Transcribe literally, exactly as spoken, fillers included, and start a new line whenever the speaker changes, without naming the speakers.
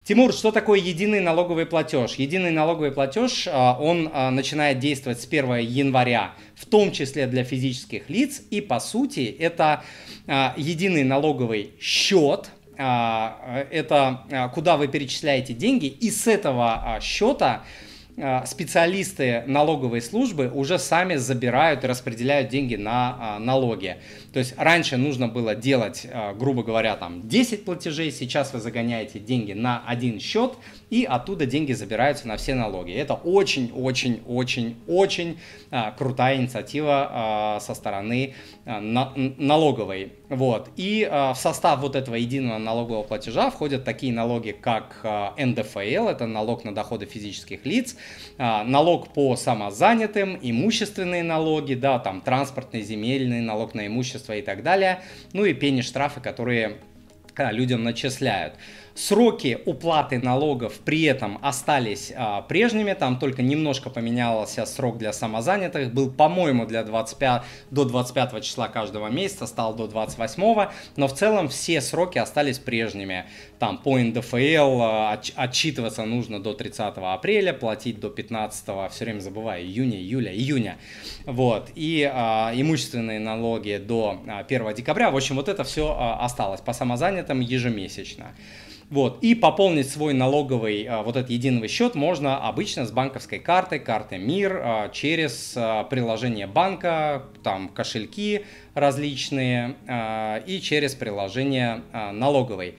Тимур, что такое единый налоговый платеж? Единый налоговый платеж, а, он а, начинает действовать с первого января, в том числе для физических лиц, и по сути это а, единый налоговый счет, а, это а, куда вы перечисляете деньги, и с этого а, счета специалисты налоговой службы уже сами забирают и распределяют деньги на а, налоги. То есть раньше нужно было делать, а, грубо говоря, там десять платежей, сейчас вы загоняете деньги на один счет, и оттуда деньги забираются на все налоги. Это очень-очень-очень-очень а, крутая инициатива а, со стороны а, на, налоговой. Вот. И а, в состав вот этого единого налогового платежа входят такие налоги, как а, эн дэ эф эл, это налог на доходы физических лиц, а, налог по самозанятым, имущественные налоги, да, там транспортный, земельный, налог на имущество и так далее, ну и пени, штрафы, которые а, людям начисляют. Сроки уплаты налогов при этом остались а, прежними, там только немножко поменялся срок для самозанятых, был, по-моему, для двадцать пятого, до двадцать пятого числа каждого месяца, стал до двадцать восьмого, но в целом все сроки остались прежними. Там по эн дэ эф эл а, отчитываться нужно до тридцатого апреля, платить до пятнадцатого, все время забываю, июня, июля, июня, вот, и а, имущественные налоги до а, первого декабря, в общем, вот это все а, осталось по самозанятым ежемесячно. Вот. И пополнить свой налоговый а, вот этот единый счет можно обычно с банковской карты, карты МИР, а, через а, приложение банка, там кошельки различные а, и через приложение а, налоговой.